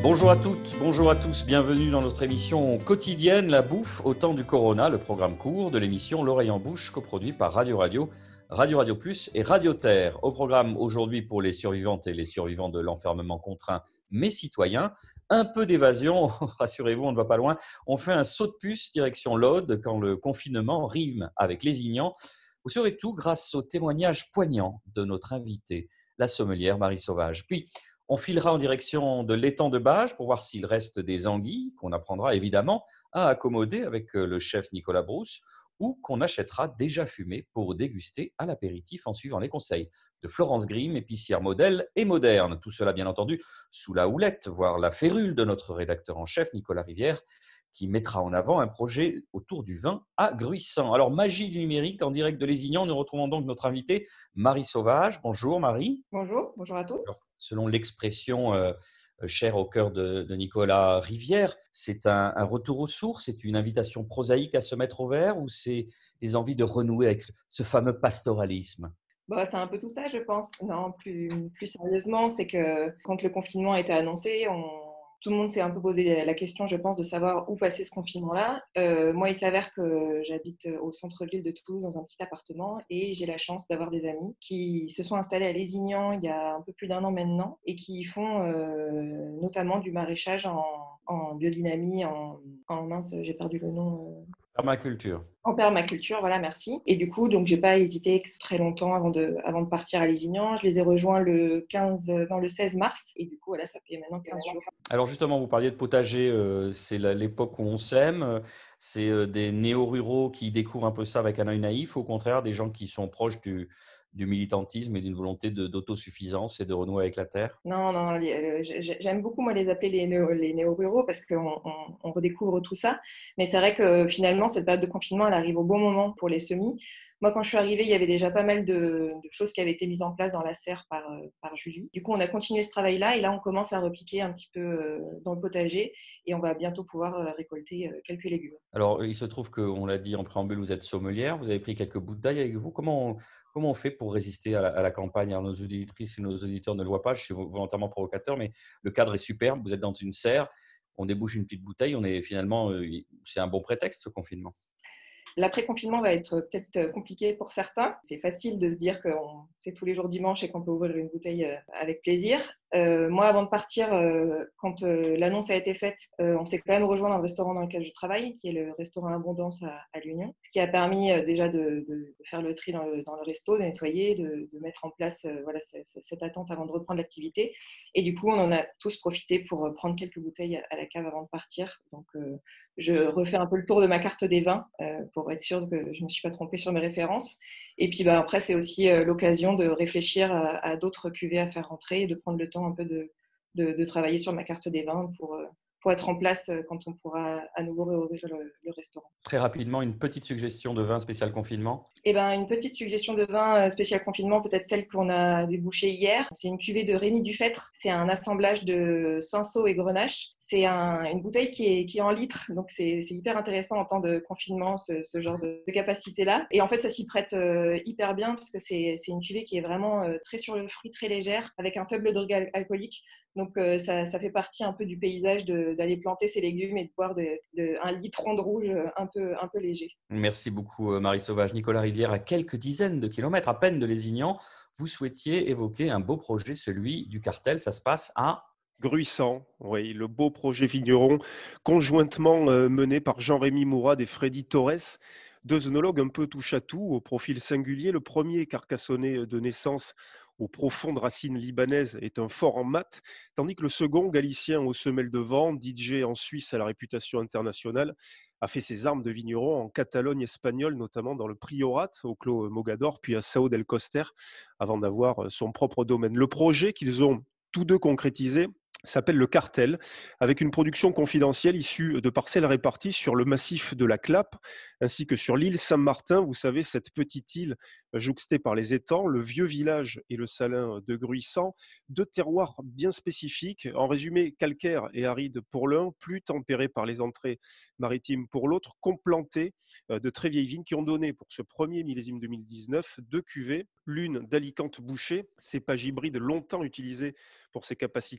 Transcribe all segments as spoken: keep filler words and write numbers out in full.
Bonjour à toutes, bonjour à tous, bienvenue dans notre émission quotidienne La Bouffe au temps du Corona, le programme court de l'émission L'Oreille en Bouche, coproduit par Radio Radio, Radio Radio Plus et Radio Terre. Au programme aujourd'hui pour les survivantes et les survivants de l'enfermement contraint mais citoyen, un peu d'évasion, rassurez-vous, on ne va pas loin. On fait un saut de puce direction l'Aude quand le confinement rime avec Lézignan. Vous saurez tout grâce au témoignage poignant de notre invitée, la sommelière Marie Sauvage. Puis, on filera en direction de l'étang de Bages pour voir s'il reste des anguilles qu'on apprendra évidemment à accommoder avec le chef Nicolas Brousse ou qu'on achètera déjà fumé pour déguster à l'apéritif en suivant les conseils de Florence Grimm, épicière modèle et moderne. Tout cela bien entendu sous la houlette, voire la férule de notre rédacteur en chef Nicolas Rivière, qui mettra en avant un projet autour du vin à Gruissant. Alors, magie du numérique en direct de Lézignan, nous retrouvons donc notre invitée Marie Sauvage. Bonjour Marie. Bonjour, bonjour à tous. Alors, selon l'expression euh, chère au cœur de, de Nicolas Rivière, c'est un, un retour aux sources, c'est une invitation prosaïque à se mettre au vert ou c'est les envies de renouer avec ce fameux pastoralisme ? Bah, c'est un peu tout ça, je pense. Non, plus, plus sérieusement, c'est que quand le confinement a été annoncé, on... tout le monde s'est un peu posé la question, je pense, de savoir où passer ce confinement-là. Euh, moi, il s'avère que j'habite au centre-ville de Toulouse dans un petit appartement et j'ai la chance d'avoir des amis qui se sont installés à Lézignan il y a un peu plus d'un an maintenant et qui font euh, notamment du maraîchage en, en biodynamie, en, en mince, j'ai perdu le nom. Euh... Permaculture. En permaculture, voilà, merci. Et du coup, donc, j'ai pas hésité très longtemps avant de, avant de partir à Lézignan. Je les ai rejoints le quinze, non, le seize mars. Et du coup, voilà, ça fait maintenant quinze jours. Alors justement, vous parliez de potager, euh, c'est la, l'époque où on sème. C'est euh, des néo-ruraux qui découvrent un peu ça avec un œil naïf, ou au contraire, des gens qui sont proches du, du militantisme et d'une volonté de, d'autosuffisance et de renouer avec la terre? Non, non, les, euh, j'aime beaucoup, moi, les appeler les, néo, les néo-ruraux parce qu'on on, on redécouvre tout ça. Mais c'est vrai que finalement, cette période de confinement, elle arrive au bon moment pour les semis. Moi, quand je suis arrivée, il y avait déjà pas mal de, de choses qui avaient été mises en place dans la serre par, par Julie. Du coup, on a continué ce travail-là et là, on commence à repliquer un petit peu dans le potager et on va bientôt pouvoir récolter quelques légumes. Alors, il se trouve qu'on l'a dit en préambule, vous êtes sommelière, vous avez pris quelques bouteilles avec vous. Comment on, comment on fait pour résister à la, à la campagne? Alors, nos auditrices et nos auditeurs ne le voient pas, je suis volontairement provocateur, mais le cadre est superbe. Vous êtes dans une serre, on débouche une petite bouteille, on est finalement, c'est un bon prétexte, ce confinement. L'après-confinement va être peut-être compliqué pour certains. C'est facile de se dire que c'est tous les jours dimanche et qu'on peut ouvrir une bouteille avec plaisir. Euh, moi, avant de partir, euh, quand euh, l'annonce a été faite, euh, on s'est quand même rejoint dans le restaurant dans lequel je travaille, qui est le restaurant Abondance à, à l'Union, ce qui a permis euh, déjà de, de, de faire le tri dans le, dans le resto, de nettoyer, de, de mettre en place euh, voilà, c- c- cette attente avant de reprendre l'activité. Et du coup, on en a tous profité pour prendre quelques bouteilles à la cave avant de partir. Donc, euh, je refais un peu le tour de ma carte des vins euh, pour être sûre que je ne me suis pas trompée sur mes références. Et puis bah, après, c'est aussi euh, l'occasion de réfléchir à, à d'autres cuvées à faire rentrer et de prendre le temps un peu de, de, de travailler sur ma carte des vins pour, euh, pour être en place quand on pourra à nouveau réouvrir le, le restaurant. Très rapidement, une petite suggestion de vin spécial confinement. Eh ben, une petite suggestion de vin spécial confinement, peut-être celle qu'on a débouchée hier. C'est une cuvée de Rémy Dufêtre. C'est un assemblage de cinsault et grenache. C'est un, une bouteille qui est, qui est en litres, donc c'est, c'est hyper intéressant en temps de confinement, ce, ce genre de, de capacité-là. Et en fait, ça s'y prête euh, hyper bien parce que c'est, c'est une cuvée qui est vraiment euh, très sur le fruit, très légère, avec un faible degré al- alcoolique. Donc euh, ça, ça fait partie un peu du paysage de, d'aller planter ses légumes et de boire de, de, un litron de rouge un peu, un peu léger. Merci beaucoup Marie Sauvage. Nicolas Rivière, à quelques dizaines de kilomètres à peine de Lézignan, vous souhaitiez évoquer un beau projet, celui du cartel. Ça se passe à Gruissant, oui, le beau projet vigneron conjointement euh, mené par Jean-Rémy Mourad et Freddy Torres, deux œnologues un peu touche-à-tout, au profil singulier. Le premier, carcassonné de naissance aux profondes racines libanaises, est un fort en maths, tandis que le second, galicien aux semelles de vent, D J en Suisse à la réputation internationale, a fait ses armes de vigneron en Catalogne espagnole, notamment dans le Priorat, au Clos Mogador, puis à Sao del Coster, avant d'avoir son propre domaine. Le projet qu'ils ont tous deux concrétisé s'appelle le Cartel, avec une production confidentielle issue de parcelles réparties sur le massif de la Clappe, ainsi que sur l'île Saint-Martin, vous savez, cette petite île jouxtée par les étangs, le vieux village et le salin de Gruissant, deux terroirs bien spécifiques, en résumé calcaire et aride pour l'un, plus tempéré par les entrées maritimes pour l'autre, complantés de très vieilles vignes qui ont donné pour ce premier millésime deux mille dix-neuf deux cuvées, l'une d'Alicante Boucher, cépage hybride longtemps utilisé pour ses capacités tincturières,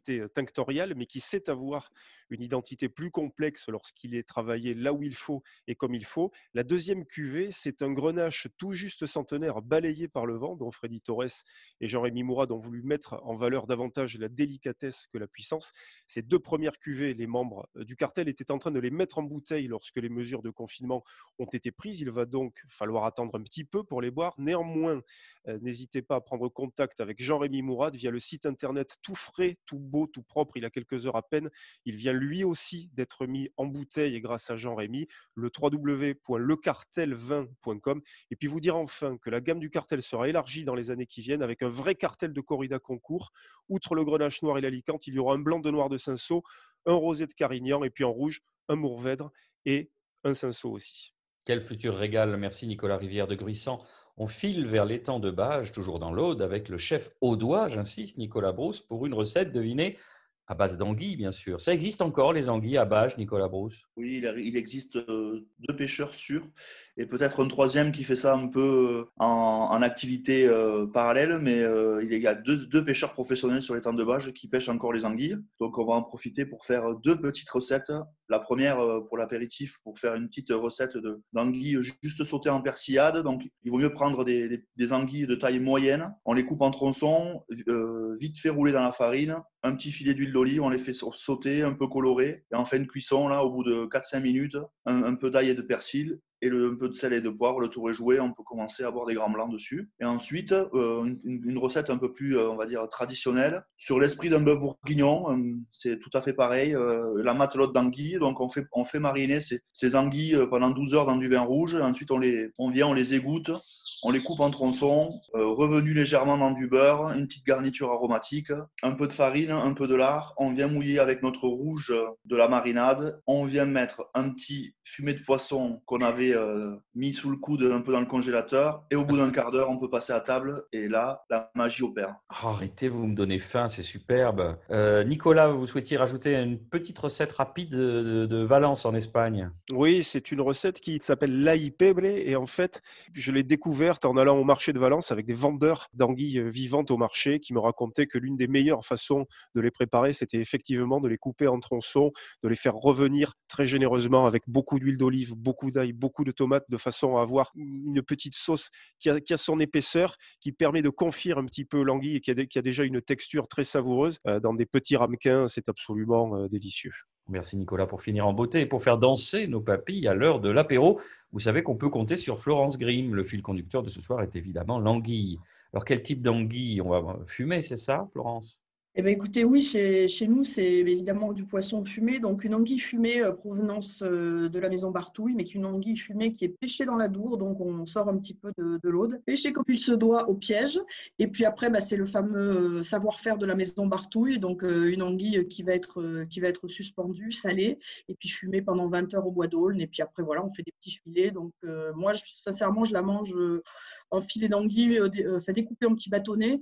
factorial, mais qui sait avoir une identité plus complexe lorsqu'il est travaillé là où il faut et comme il faut. La deuxième cuvée, c'est un grenache tout juste centenaire balayé par le vent, dont Freddy Torres et Jean-Rémy Mourad ont voulu mettre en valeur davantage la délicatesse que la puissance. Ces deux premières cuvées, les membres du cartel étaient en train de les mettre en bouteille lorsque les mesures de confinement ont été prises. Il va donc falloir attendre un petit peu pour les boire. Néanmoins, euh, n'hésitez pas à prendre contact avec Jean-Rémy Mourad via le site internet tout frais, tout beau, tout propre. Il a quelques heures à peine. Il vient lui aussi d'être mis en bouteille et grâce à Jean-Rémy, le w w w point le cartel vin point com. Et puis vous dire enfin que la gamme du cartel sera élargie dans les années qui viennent avec un vrai cartel de corrida concours. Outre le grenache noir et l'alicante, il y aura un blanc de noir de Cinsault, un rosé de Carignan et puis en rouge, un Mourvèdre et un Cinsault aussi. Quel futur régal, merci Nicolas Rivière de Gruissant. On file vers l'étang de Bages, toujours dans l'Aude, avec le chef audois, j'insiste, Nicolas Brousse, pour une recette, devinez, à base d'anguilles, bien sûr. Ça existe encore, les anguilles à Bages, Nicolas Brousse? Oui, il existe deux pêcheurs sûrs et peut-être un troisième qui fait ça un peu en, en activité euh, parallèle, mais euh, il y a deux, deux pêcheurs professionnels sur l'étang de Bages qui pêchent encore les anguilles. Donc on va en profiter pour faire deux petites recettes. La première euh, pour l'apéritif, pour faire une petite recette de, d'anguilles juste sautées en persillade. Donc il vaut mieux prendre des, des, des anguilles de taille moyenne. On les coupe en tronçons, euh, vite fait rouler dans la farine, un petit filet d'huile d'olive, on les fait sauter, un peu colorés, et on fait une cuisson là au bout de quatre à cinq minutes, un, un peu d'ail et de persil, et le, un peu de sel et de poivre, le tour est joué, on peut commencer à boire des grands blancs dessus. Et ensuite, euh, une, une recette un peu plus, euh, on va dire, traditionnelle, sur l'esprit d'un bœuf bourguignon, euh, c'est tout à fait pareil, euh, la matelote d'anguilles, donc on fait, on fait mariner ces, ces anguilles pendant douze heures dans du vin rouge, ensuite on, les, on vient, on les égoutte, on les coupe en tronçons, euh, revenu légèrement dans du beurre, une petite garniture aromatique, un peu de farine, un peu de lard, on vient mouiller avec notre rouge de la marinade, on vient mettre un petit fumet de poisson qu'on avait euh, mis sous le coude un peu dans le congélateur, et au bout d'un quart d'heure on peut passer à table et là la magie opère. Oh, arrêtez, vous me donnez faim, c'est superbe. Euh, Nicolas, vous souhaitiez rajouter une petite recette rapide de, de, de Valence en Espagne? Oui, c'est une recette qui s'appelle l'ail pebre et en fait je l'ai découverte en allant au marché de Valence avec des vendeurs d'anguilles vivantes au marché qui me racontaient que l'une des meilleures façons de les préparer, c'était effectivement de les couper en tronçons, de les faire revenir très généreusement avec beaucoup d'huile d'olive, beaucoup d'ail, beaucoup de tomates, de façon à avoir une petite sauce qui a, qui a son épaisseur, qui permet de confire un petit peu l'anguille et qui a, qui a déjà une texture très savoureuse. Euh, dans des petits ramequins, c'est absolument euh, délicieux. Merci Nicolas pour finir en beauté et pour faire danser nos papilles à l'heure de l'apéro. Vous savez qu'on peut compter sur Florence Grimm. Le fil conducteur de ce soir est évidemment l'anguille. Alors quel type d'anguille? On va fumer, c'est ça, Florence? Eh bien, écoutez, oui, chez, chez nous, c'est évidemment du poisson fumé. Donc, une anguille fumée euh, provenance euh, de la maison Bartouille, mais qu'une anguille fumée qui est pêchée dans la Dour. Donc, on sort un petit peu de, de l'Aude. Pêchée comme il se doit au piège. Et puis après, bah, c'est le fameux savoir-faire de la maison Bartouille. Donc, euh, une anguille qui va, être, euh, qui va être suspendue, salée, et puis fumée pendant vingt heures au bois d'aulne. Et puis après, voilà, on fait des petits filets. Donc, euh, moi, je, sincèrement, je la mange euh, en filet d'anguille, euh, euh, fait découper en petits bâtonnets.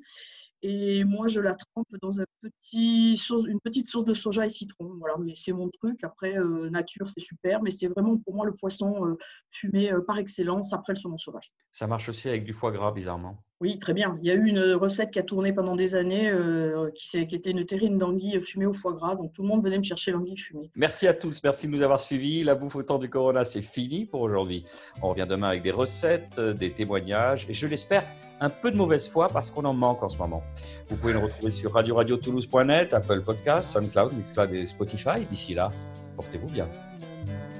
Et moi, je la trempe dans un petit sauce, une petite sauce de soja et citron. Voilà, mais c'est mon truc. Après, euh, nature, c'est super, mais c'est vraiment pour moi le poisson euh, fumé euh, par excellence après le saumon sauvage. Ça marche aussi avec du foie gras, bizarrement. Oui, très bien. Il y a eu une recette qui a tourné pendant des années, euh, qui, qui était une terrine d'anguille fumée au foie gras. Donc, tout le monde venait me chercher l'anguille fumée. Merci à tous. Merci de nous avoir suivis. La bouffe au temps du Corona, c'est fini pour aujourd'hui. On revient demain avec des recettes, des témoignages et je l'espère, un peu de mauvaise foi parce qu'on en manque en ce moment. Vous pouvez nous retrouver sur radio radio toulouse point net, Apple Podcasts, SoundCloud, Mixcloud et Spotify. D'ici là, portez-vous bien.